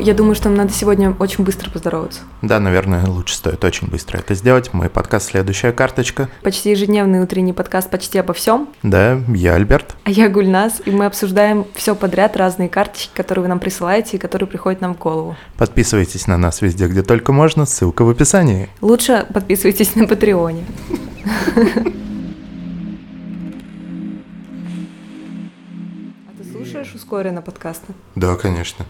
Я думаю, что нам надо сегодня очень быстро поздороваться. Да, наверное, лучше стоит очень быстро это сделать. Мой подкаст «Следующая карточка». Почти ежедневный утренний подкаст почти обо всем. Да, я Альберт. А я Гульназ, и мы обсуждаем все подряд, разные карточки, которые вы нам присылаете и которые приходят нам в голову. Подписывайтесь на нас везде, где только можно, ссылка в описании. Лучше подписывайтесь на Патреоне. А ты слушаешь ускоренно подкасты? Да, конечно.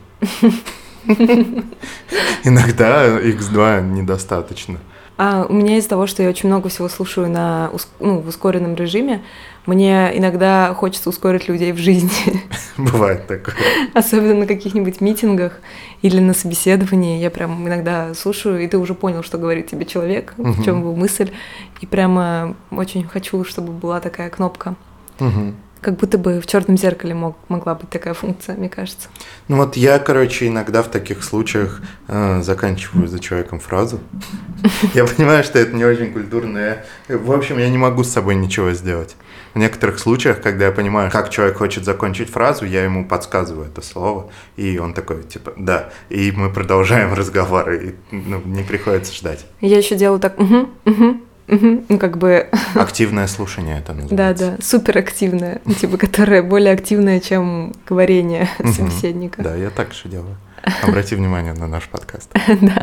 Иногда X2 недостаточно. У меня из-за того, что я очень много всего слушаю в ускоренном режиме, мне иногда хочется ускорить людей в жизни. Бывает такое. Особенно на каких-нибудь митингах или на собеседовании. Я прям иногда слушаю, и ты уже понял, что говорит тебе человек, в чем его мысль. И прямо очень хочу, чтобы была такая кнопка. Как будто бы в черном зеркале могла быть такая функция, мне кажется. Ну вот я, иногда в таких случаях заканчиваю за человеком фразу. Я понимаю, что это не очень культурно. В общем, я не могу с собой ничего сделать. В некоторых случаях, когда я понимаю, как человек хочет закончить фразу, я ему подсказываю это слово, и он такой, типа, да. И мы продолжаем разговор, и не приходится ждать. Я еще делаю так, как бы... Активное слушание это называется. Да, суперактивное, которое более активное, чем говорение собеседника. Да, я так же делаю. Обрати внимание на наш подкаст. Да.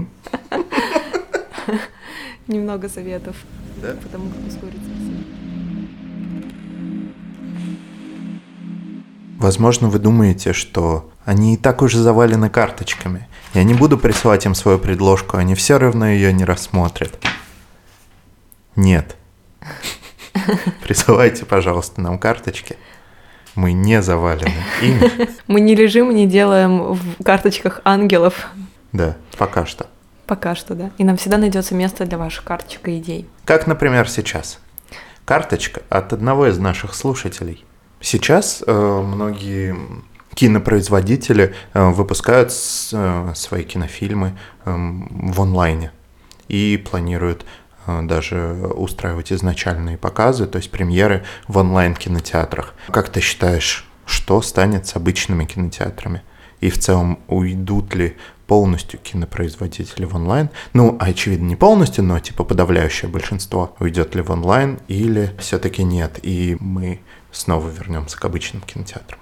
Немного советов. Да? Потому как ускориться. Возможно, вы думаете, что они и так уже завалены карточками. Я не буду присылать им свою предложку, они все равно ее не рассмотрят. Нет. Присылайте, пожалуйста, нам карточки. Мы не завалены ими. Мы не лежим и не делаем в карточках ангелов. Да, пока что. Пока что, да. И нам всегда найдется место для ваших карточек и идей. Как, например, сейчас. Карточка от одного из наших слушателей. Сейчас многие кинопроизводители выпускают свои кинофильмы в онлайне и планируют даже устраивать изначальные показы, то есть премьеры в онлайн-кинотеатрах. Как ты считаешь, что станет с обычными кинотеатрами? И в целом уйдут ли полностью кинопроизводители в онлайн? Очевидно, не полностью, но подавляющее большинство уйдет ли в онлайн или все-таки нет, и мы снова вернемся к обычным кинотеатрам?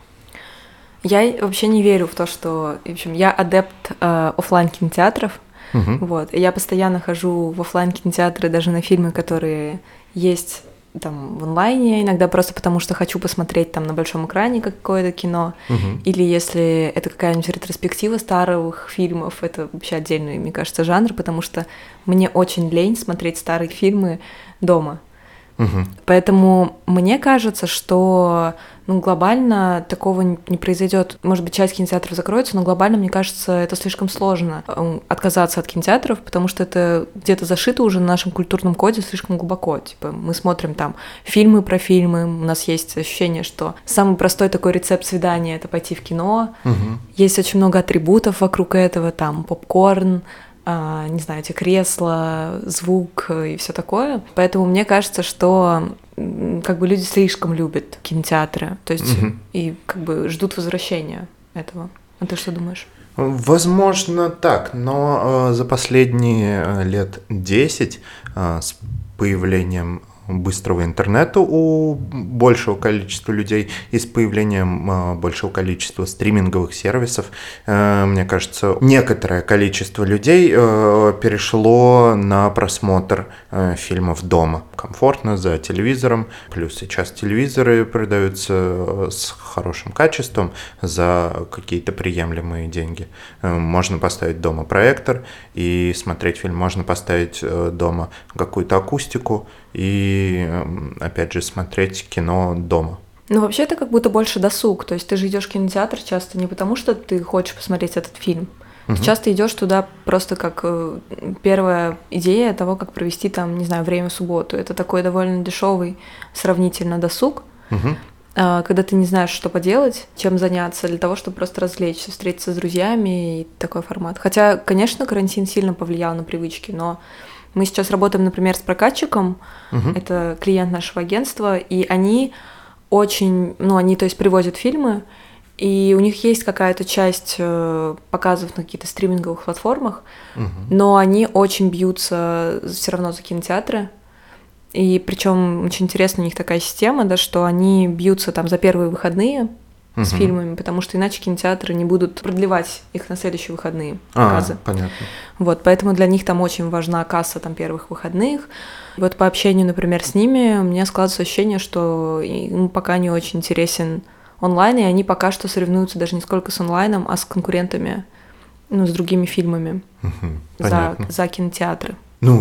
Я вообще не верю в то, что... В общем, я адепт офлайн-кинотеатров. Вот. И я постоянно хожу в офлайн-кинотеатры даже на фильмы, которые есть там в онлайне, иногда просто потому, что хочу посмотреть там на большом экране какое-то кино, или если это какая-нибудь ретроспектива старых фильмов, это вообще отдельный, мне кажется, жанр, потому что мне очень лень смотреть старые фильмы дома. Поэтому мне кажется, что глобально такого не произойдет. Может быть, часть кинотеатров закроется, но глобально, мне кажется, это слишком сложно отказаться от кинотеатров, потому что это где-то зашито уже на нашем культурном коде слишком глубоко. Мы смотрим там фильмы про фильмы, у нас есть ощущение, что самый простой такой рецепт свидания — это пойти в кино. Есть очень много атрибутов вокруг этого, там попкорн, не знаю, эти кресла, звук и все такое. Поэтому мне кажется, что люди слишком любят кинотеатры, то есть и ждут возвращения этого. А ты что думаешь? Возможно, так, но за последние лет 10 с появлением быстрого интернета у большего количества людей и с появлением большего количества стриминговых сервисов, мне кажется, некоторое количество людей перешло на просмотр фильмов дома. Комфортно, за телевизором. Плюс сейчас телевизоры продаются с хорошим качеством за какие-то приемлемые деньги. Можно поставить дома проектор и смотреть фильм. Можно поставить дома какую-то акустику и, опять же, смотреть кино дома. Вообще это как будто больше досуг. То есть ты же идешь в кинотеатр часто не потому, что ты хочешь посмотреть этот фильм. Ты часто идешь туда просто как первая идея того, как провести там, не знаю, время в субботу. Это такой довольно дешевый сравнительно досуг, когда ты не знаешь, что поделать, чем заняться, для того, чтобы просто развлечься, встретиться с друзьями и такой формат. Хотя, конечно, карантин сильно повлиял на привычки, но мы сейчас работаем, например, с прокатчиком, это клиент нашего агентства, и они очень, они, то есть, привозят фильмы, И у них есть какая-то часть показов на каких-то стриминговых платформах, но они очень бьются все равно за кинотеатры. И причем очень интересна у них такая система, да, что они бьются там за первые выходные с фильмами, потому что иначе кинотеатры не будут продлевать их на следующие выходные показы. Понятно. Вот, поэтому для них там очень важна касса там первых выходных. Вот по общению, например, с ними у меня складывается ощущение, что им пока не очень интересен онлайн, и они пока что соревнуются даже не сколько с онлайном, а с конкурентами, с другими фильмами за кинотеатры.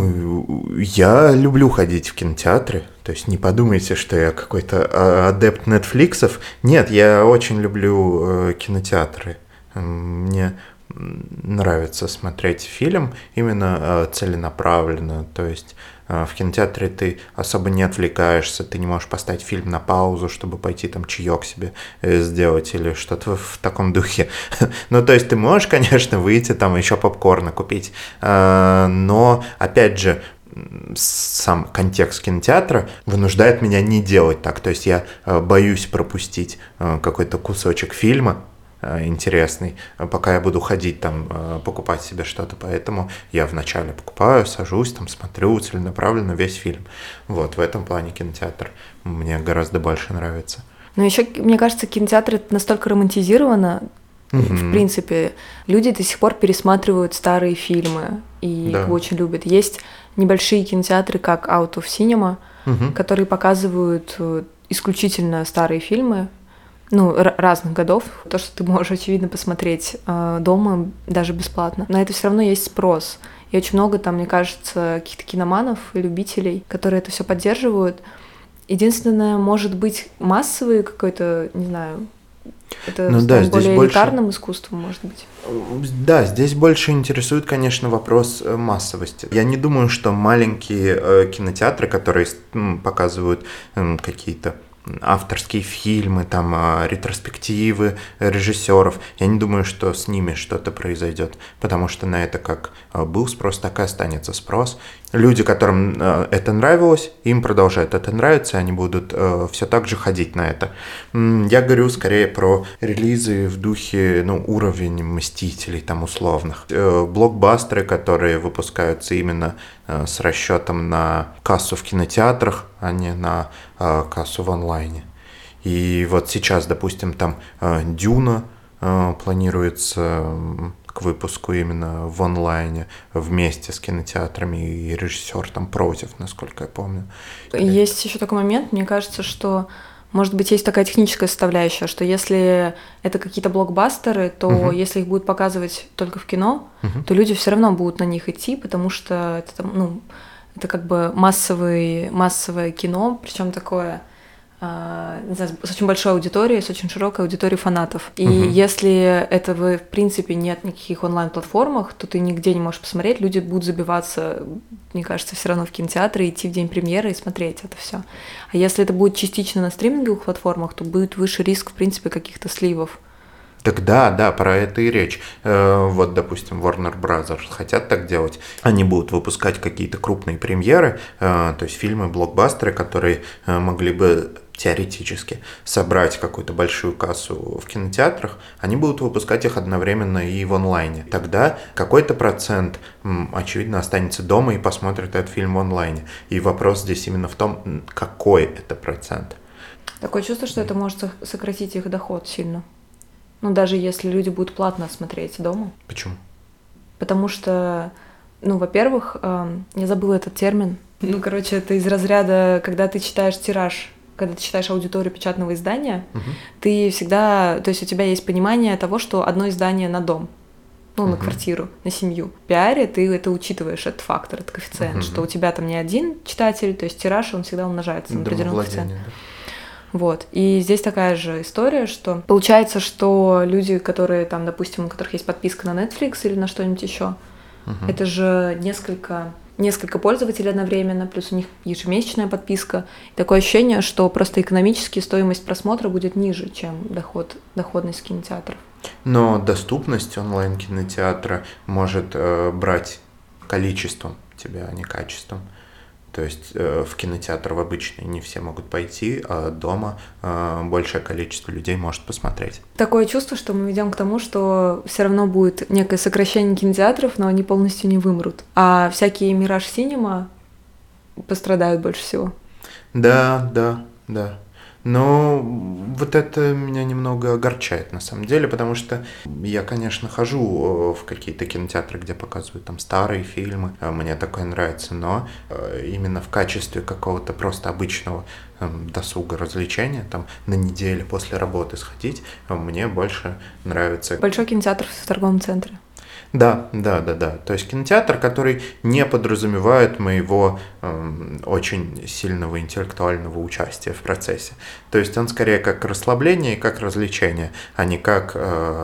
Я люблю ходить в кинотеатры, то есть не подумайте, что я какой-то адепт Нетфликсов. Нет, я очень люблю кинотеатры. Мне нравится смотреть фильм именно целенаправленно, то есть в кинотеатре ты особо не отвлекаешься, ты не можешь поставить фильм на паузу, чтобы пойти там чаек себе сделать или что-то в таком духе. Ну, то есть ты можешь, конечно, выйти там еще попкорна купить, но, опять же, сам контекст кинотеатра вынуждает меня не делать так, то есть я боюсь пропустить какой-то кусочек фильма, интересный, пока я буду ходить там, покупать себе что-то, поэтому я вначале покупаю, сажусь, там смотрю целенаправленно весь фильм. Вот, в этом плане кинотеатр мне гораздо больше нравится. Ну, еще, мне кажется, кинотеатр это настолько романтизировано, в принципе, люди до сих пор пересматривают старые фильмы и их очень любят. Есть небольшие кинотеатры, как Out of Cinema, которые показывают исключительно старые фильмы, разных годов, то, что ты можешь, очевидно, посмотреть дома даже бесплатно. На это все равно есть спрос. И очень много там, мне кажется, каких-то киноманов и любителей, которые это все поддерживают. Единственное, может быть, массовый какой-то, не знаю, это более элитарным искусством, может быть. Да, здесь больше интересует, конечно, вопрос массовости. Я не думаю, что маленькие кинотеатры, которые показывают какие-то авторские фильмы, там, ретроспективы режиссеров. Я не думаю, что с ними что-то произойдет, потому что на это как был спрос, так и останется спрос. Люди, которым это нравилось, им продолжает это нравиться, они будут все так же ходить на это. Я говорю скорее про релизы в духе, уровень «Мстителей» там условных. Блокбастеры, которые выпускаются именно с расчетом на кассу в кинотеатрах, а не на кассу в онлайне. И вот сейчас, допустим, там «Дюна» планируется к выпуску именно в онлайне вместе с кинотеатрами, и режиссер там против, насколько я помню. Есть еще такой момент, мне кажется, что, может быть, есть такая техническая составляющая, что если это какие-то блокбастеры, то если их будут показывать только в кино, то люди все равно будут на них идти, потому что это там, это как бы массовое кино, причем такое, не знаю, с очень большой аудиторией, с очень широкой аудиторией фанатов. И если этого, в принципе, нет никаких онлайн-платформах, то ты нигде не можешь посмотреть, люди будут забиваться, мне кажется, все равно в кинотеатры, идти в день премьеры и смотреть это все. А если это будет частично на стриминговых платформах, то будет выше риск, в принципе, каких-то сливов. Тогда, да, про это и речь. Вот, допустим, Warner Bros. Хотят так делать. Они будут выпускать какие-то крупные премьеры, то есть фильмы, блокбастеры, которые могли бы теоретически собрать какую-то большую кассу в кинотеатрах, они будут выпускать их одновременно и в онлайне. Тогда какой-то процент, очевидно, останется дома и посмотрит этот фильм в онлайне. И вопрос здесь именно в том, какой это процент. Такое чувство, что это может сократить их доход сильно. Даже если люди будут платно смотреть дома. Почему? Потому что, во-первых, я забыла этот термин. Это из разряда, когда ты читаешь тираж, когда ты читаешь аудиторию печатного издания, ты всегда, то есть у тебя есть понимание того, что одно издание на дом, на квартиру, на семью. В пиаре ты это учитываешь, этот фактор, этот коэффициент, что у тебя там не один читатель, то есть тираж, он всегда умножается на определенный коэффициент. Да. Вот. И здесь такая же история, что получается, что люди, которые там, допустим, у которых есть подписка на Netflix или на что-нибудь еще, это же несколько пользователей одновременно, плюс у них ежемесячная подписка. И такое ощущение, что просто экономически стоимость просмотра будет ниже, чем доходность кинотеатров. Но доступность онлайн-кинотеатра может брать количеством тебя, а не качеством. То есть в кинотеатр в обычный не все могут пойти, а дома большее количество людей может посмотреть. Такое чувство, что мы ведем к тому, что все равно будет некое сокращение кинотеатров, но они полностью не вымрут. А всякие Мираж Синема пострадают больше всего. Да. Но вот это меня немного огорчает на самом деле, потому что я, конечно, хожу в какие-то кинотеатры, где показывают там старые фильмы, мне такое нравится, но именно в качестве какого-то просто обычного досуга, развлечения, там на неделю после работы сходить, мне больше нравится. Большой кинотеатр в торговом центре. Да. То есть кинотеатр, который не подразумевает моего очень сильного интеллектуального участия в процессе. То есть он скорее как расслабление и как развлечение, а не как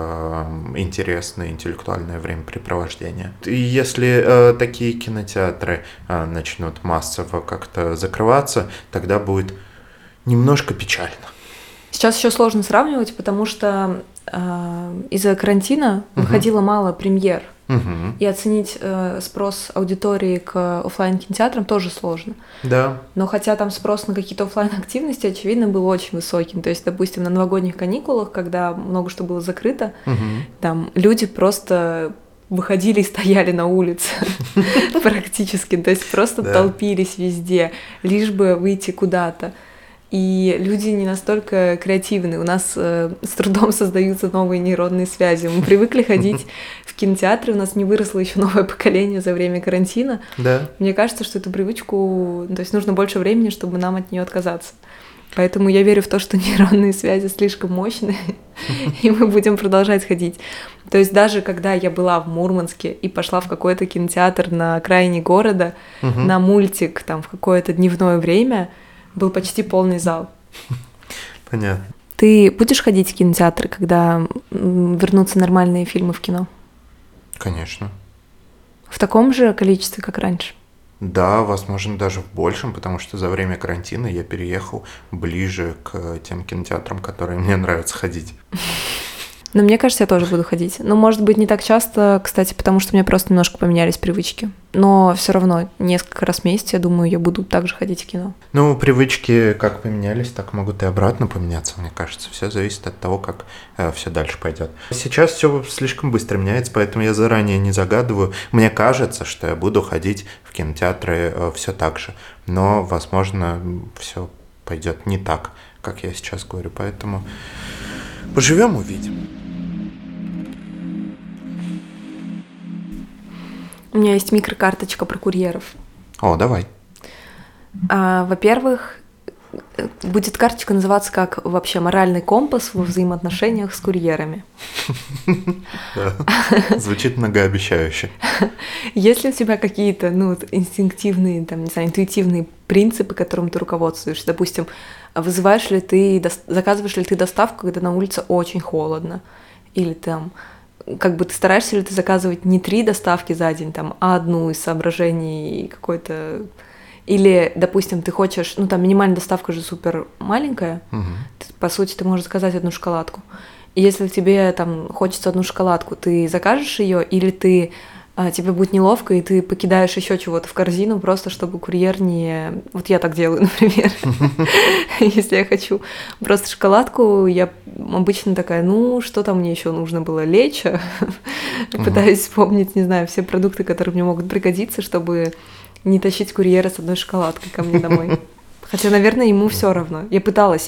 интересное интеллектуальное времяпрепровождение. И если такие кинотеатры начнут массово как-то закрываться, тогда будет немножко печально. Сейчас еще сложно сравнивать, потому что из-за карантина выходило мало премьер. И оценить спрос аудитории к офлайн-кинотеатрам тоже сложно. Да. Но хотя там спрос на какие-то офлайн-активности, очевидно, был очень высоким. То есть, допустим, на новогодних каникулах, когда много что было закрыто, там люди просто выходили и стояли на улице практически. То есть просто толпились везде, лишь бы выйти куда-то. И люди не настолько креативны. У нас с трудом создаются новые нейронные связи. Мы привыкли ходить в кинотеатры, у нас не выросло еще новое поколение за время карантина. Да. Мне кажется, что эту привычку, то есть нужно больше времени, чтобы нам от нее отказаться. Поэтому я верю в то, что нейронные связи слишком мощные, и мы будем продолжать ходить. То есть даже когда я была в Мурманске и пошла в какой-то кинотеатр на окраине города, на мультик там в какое-то дневное время, был почти полный зал. Понятно. Ты будешь ходить в кинотеатры, когда вернутся нормальные фильмы в кино? Конечно. В таком же количестве, как раньше? Да, возможно, даже в большем, потому что за время карантина я переехал ближе к тем кинотеатрам, которые мне нравится ходить. Но мне кажется, я тоже буду ходить. Но, может быть, не так часто, кстати, потому что у меня просто немножко поменялись привычки. Но все равно несколько раз в месяц, я думаю, я буду также ходить в кино. Ну, привычки как поменялись, так могут и обратно поменяться, мне кажется. Все зависит от того, как все дальше пойдет. Сейчас все слишком быстро меняется, поэтому я заранее не загадываю. Мне кажется, что я буду ходить в кинотеатры все так же. Но, возможно, все пойдет не так, как я сейчас говорю. Поэтому поживем, увидим. У меня есть микрокарточка про курьеров. О, давай. Во-первых, будет карточка называться как вообще моральный компас во взаимоотношениях с курьерами. Да, звучит многообещающе. Есть ли у тебя какие-то, инстинктивные, там, не знаю, интуитивные принципы, которым ты руководствуешься? Допустим, заказываешь ли ты доставку, когда на улице очень холодно? Или там, ты стараешься ли ты заказывать не 3 доставки за день, там, а одну из соображений какой-то... Или, допустим, ты хочешь... минимальная доставка же супер маленькая. По сути, ты можешь заказать одну шоколадку. И если тебе там хочется одну шоколадку, ты закажешь ее, или тебе будет неловко, и ты покидаешь еще чего-то в корзину, просто чтобы курьер не... Вот я так делаю, например. Если я хочу просто шоколадку, я обычно такая, что там мне еще нужно было лечь? Пытаюсь вспомнить, не знаю, все продукты, которые мне могут пригодиться, чтобы не тащить курьера с одной шоколадкой ко мне домой. Хотя, наверное, ему все равно. Я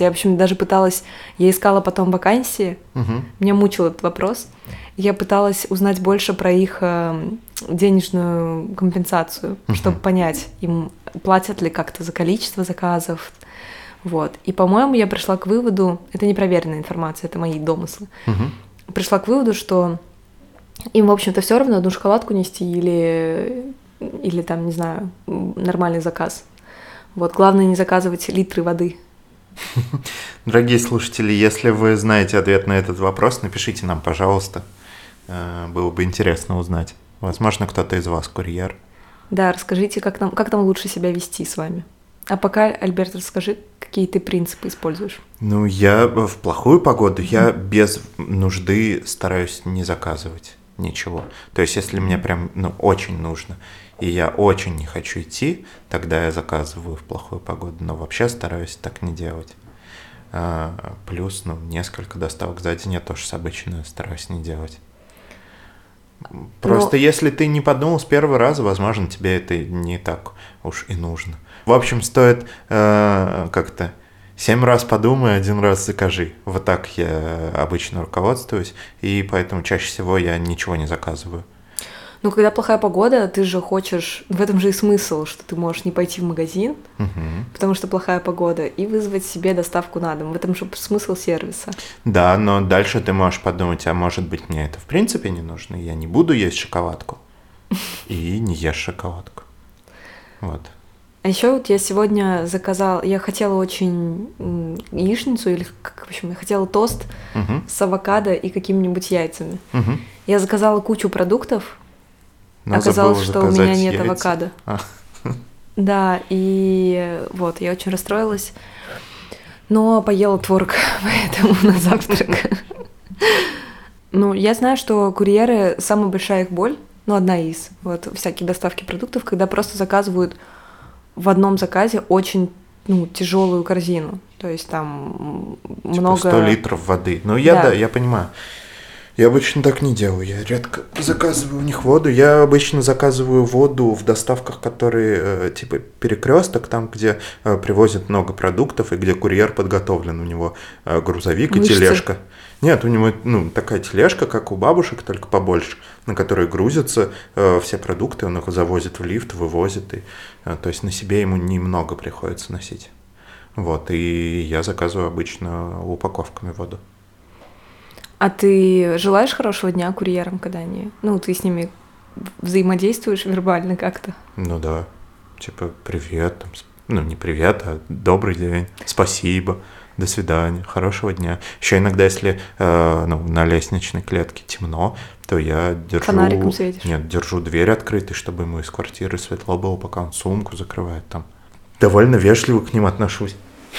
искала потом вакансии, меня мучил этот вопрос. Я пыталась узнать больше про их денежную компенсацию, чтобы понять, им платят ли как-то за количество заказов. Вот. И, по-моему, я пришла к выводу, это непроверенная информация, это мои домыслы, пришла к выводу, что им, в общем-то, все равно одну шоколадку нести или там, не знаю, нормальный заказ. Вот, главное не заказывать литры воды. Дорогие слушатели, если вы знаете ответ на этот вопрос, напишите нам, пожалуйста. Было бы интересно узнать. Возможно, кто-то из вас курьер. Да, расскажите, как нам лучше себя вести с вами. А пока, Альберт, расскажи, какие ты принципы используешь. Я в плохую погоду, я без нужды стараюсь не заказывать ничего. То есть, если мне прям, очень нужно, и я очень не хочу идти, тогда я заказываю в плохую погоду, но вообще стараюсь так не делать. Плюс, несколько доставок за день я тоже обычно стараюсь не делать. Просто если ты не подумал с первого раза, возможно, тебе это не так уж и нужно. В общем, стоит как-то 7 раз подумай, 1 раз закажи. Вот так я обычно руководствуюсь, и поэтому чаще всего я ничего не заказываю. Ну, когда плохая погода, ты же хочешь... В этом же и смысл, что ты можешь не пойти в магазин, потому что плохая погода, и вызвать себе доставку на дом. В этом же смысл сервиса. Да, но дальше ты можешь подумать, а может быть, мне это в принципе не нужно, я не буду есть шоколадку. И не ешь шоколадку. Вот. А еще вот я сегодня заказала... Я хотела очень яичницу, или, в общем, я хотела тост с авокадо и какими-нибудь яйцами. Я заказала кучу продуктов, но оказалось, что у меня нет авокадо. Да, и вот, я очень расстроилась, но поела творог, поэтому на завтрак. Ну, я знаю, что курьеры, самая большая их боль, одна из, вот, всякие доставки продуктов, когда просто заказывают в одном заказе очень, тяжелую корзину. То есть там много... 100 литров воды. Я понимаю. Я обычно так не делаю, я редко заказываю у них воду. Я обычно заказываю воду в доставках, которые типа перекресток, там, где привозят много продуктов и где курьер подготовлен. У него грузовик и тележка. Нет, у него такая тележка, как у бабушек, только побольше, на которой грузятся все продукты, он их завозит в лифт, вывозит. То есть на себе ему немного приходится носить. Вот, и я заказываю обычно упаковками воду. А ты желаешь хорошего дня курьерам, когда они... ты с ними взаимодействуешь вербально как-то? Ну да. Типа, привет. Не привет, а добрый день. Спасибо. До свидания. Хорошего дня. Еще иногда, если на лестничной клетке темно, то я держу... Фонариком светишь? Нет, держу дверь открытой, чтобы ему из квартиры светло было, пока он сумку закрывает там. Довольно вежливо к ним отношусь.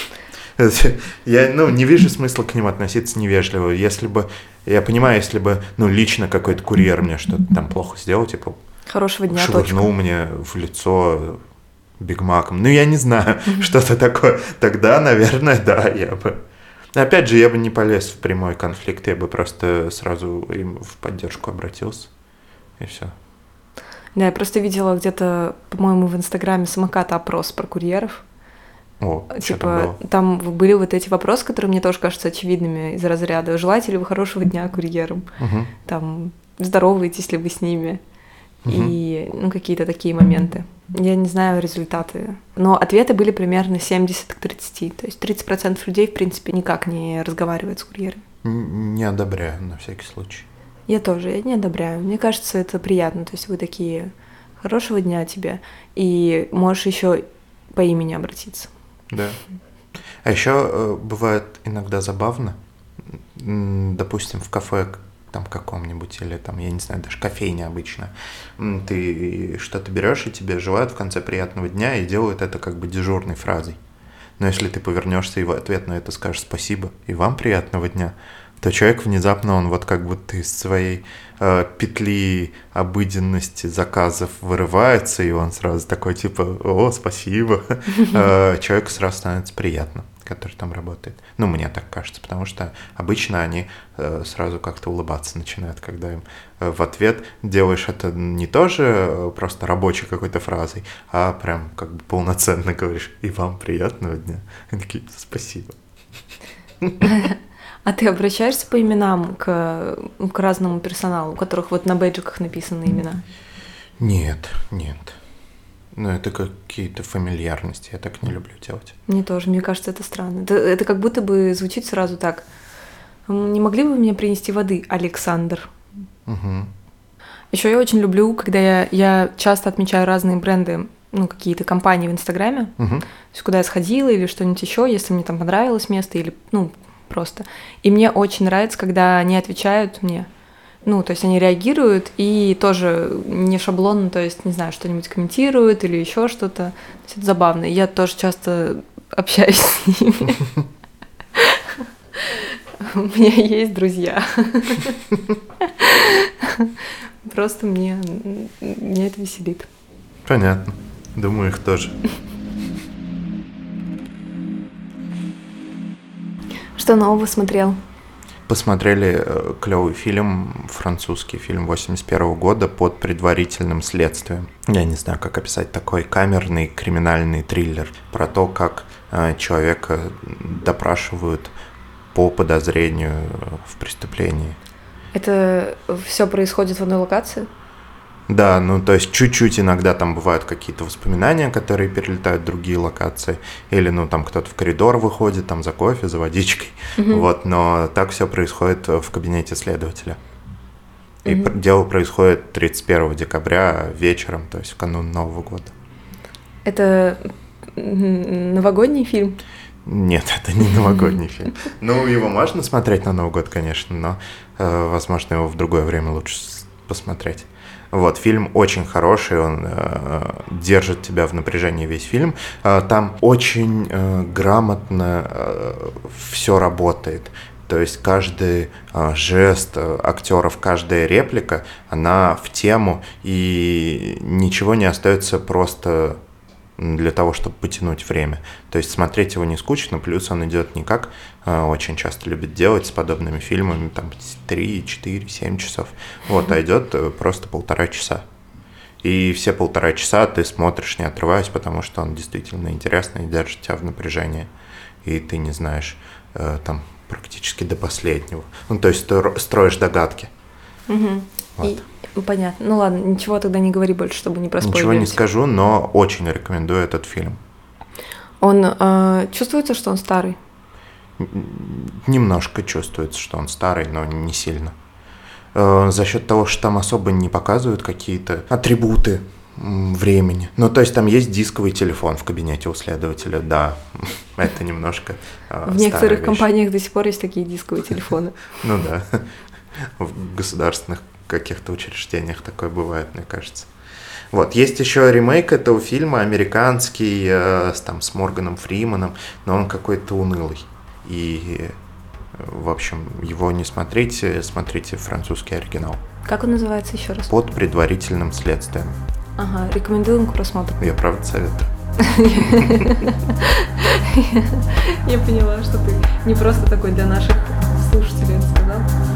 Я не вижу смысла к ним относиться невежливо. Если бы, я понимаю, если бы, лично какой-то курьер мне что-то там плохо сделал, типа, хорошего дня, швырнул мне в лицо бигмаком. Я не знаю, что-то такое. Тогда, наверное, да, я бы... Опять же, я бы не полез в прямой конфликт, я бы просто сразу им в поддержку обратился, и все. Да, я просто видела где-то, по-моему, в Инстаграме самокат-опрос про курьеров. Типа, там были вот эти вопросы, которые мне тоже кажутся очевидными из разряда «Желаете ли вы хорошего дня курьерам?» Там «Здороваетесь ли вы с ними?» И какие-то такие моменты. Я не знаю результаты. Но ответы были примерно 70-30. То есть 30% людей, в принципе, никак не разговаривают с курьерами. Не одобряю, на всякий случай. Я не одобряю. Мне кажется, это приятно. То есть вы такие «Хорошего дня тебе». И можешь еще по имени обратиться. Да. А еще бывает иногда забавно, допустим, в кафе там каком-нибудь, или там, я не знаю, даже кофейня обычно, ты что-то берешь, и тебе желают в конце приятного дня, и делают это как бы дежурной фразой. Но если ты повернешься и в ответ на это скажешь спасибо, и вам приятного дня, то человек внезапно, он вот как будто из своей петли обыденности заказов вырывается, и он сразу такой типа «О, спасибо». Человеку сразу становится приятно, который там работает. Мне так кажется, потому что обычно они сразу как-то улыбаться начинают, когда им в ответ делаешь это не тоже просто рабочей какой-то фразой, а прям как бы полноценно говоришь «И вам приятного дня». Они такие «Спасибо». А ты обращаешься по именам к разному персоналу, у которых вот на бейджиках написаны имена? Нет. Это какие-то фамильярности, я так не люблю делать. Мне тоже, мне кажется, это странно. Это как будто бы звучит сразу так. Не могли бы вы мне принести воды, Александр? Еще я очень люблю, когда я часто отмечаю разные бренды, какие-то компании в Инстаграме, то есть куда я сходила или что-нибудь еще, если мне там понравилось место или, просто. И мне очень нравится, когда они отвечают мне. То есть они реагируют и тоже не шаблонно, то есть, не знаю, что-нибудь комментируют или еще что-то. То есть это забавно. И я тоже часто общаюсь с ними. У меня есть друзья. Просто мне это веселит. Понятно. Думаю, их тоже. Что нового смотрел? Посмотрели клевый фильм, французский фильм 81 года «Под предварительным следствием». Я не знаю, как описать такой камерный криминальный триллер про то, как человека допрашивают по подозрению в преступлении. Это все происходит в одной локации? Да, ну то есть чуть-чуть иногда там бывают какие-то воспоминания, которые перелетают в другие локации, или ну там кто-то в коридор выходит там за кофе, за водичкой, вот, но так все происходит в кабинете следователя. И дело происходит 31 декабря вечером, то есть в канун Нового года. Это новогодний фильм? Нет, это не новогодний фильм. Ну, его можно смотреть на Новый год, конечно, но, возможно, его в другое время лучше посмотреть. Вот, фильм очень хороший, он держит тебя в напряжении весь фильм. Там очень грамотно все работает. То есть каждый жест актеров, каждая реплика, она в тему, и ничего не остается просто для того, чтобы потянуть время. То есть смотреть его не скучно, плюс он идет не как очень часто любят делать с подобными фильмами, там 3, 4, 7 часов, вот, а идет просто 1,5 часа. И все 1,5 часа ты смотришь, не отрываясь, потому что он действительно интересный и держит тебя в напряжении. И ты не знаешь там практически до последнего. Ну, то есть ты строишь догадки. Вот. Понятно. Ну ладно, ничего тогда не говори больше, чтобы не проспойлерить. Ничего не скажу, но очень рекомендую этот фильм. Он чувствуется, что он старый? Немножко чувствуется, что он старый, но не сильно. За счет того, что там особо не показывают какие-то атрибуты времени. Ну, то есть там есть дисковый телефон в кабинете у следователя, да, это немножко в некоторых компаниях до сих пор есть такие дисковые телефоны. Ну да, в государственных каких-то учреждениях такое бывает, мне кажется. Вот, есть еще ремейк этого фильма, американский, с Морганом Фриманом, но он какой-то унылый. И, в общем, его не смотрите, смотрите французский оригинал. Как он называется еще раз? «Под предварительным следствием». Ага, рекомендуем к просмотру. Я правда советую. Я поняла, что ты не просто такой для наших слушателей сказал.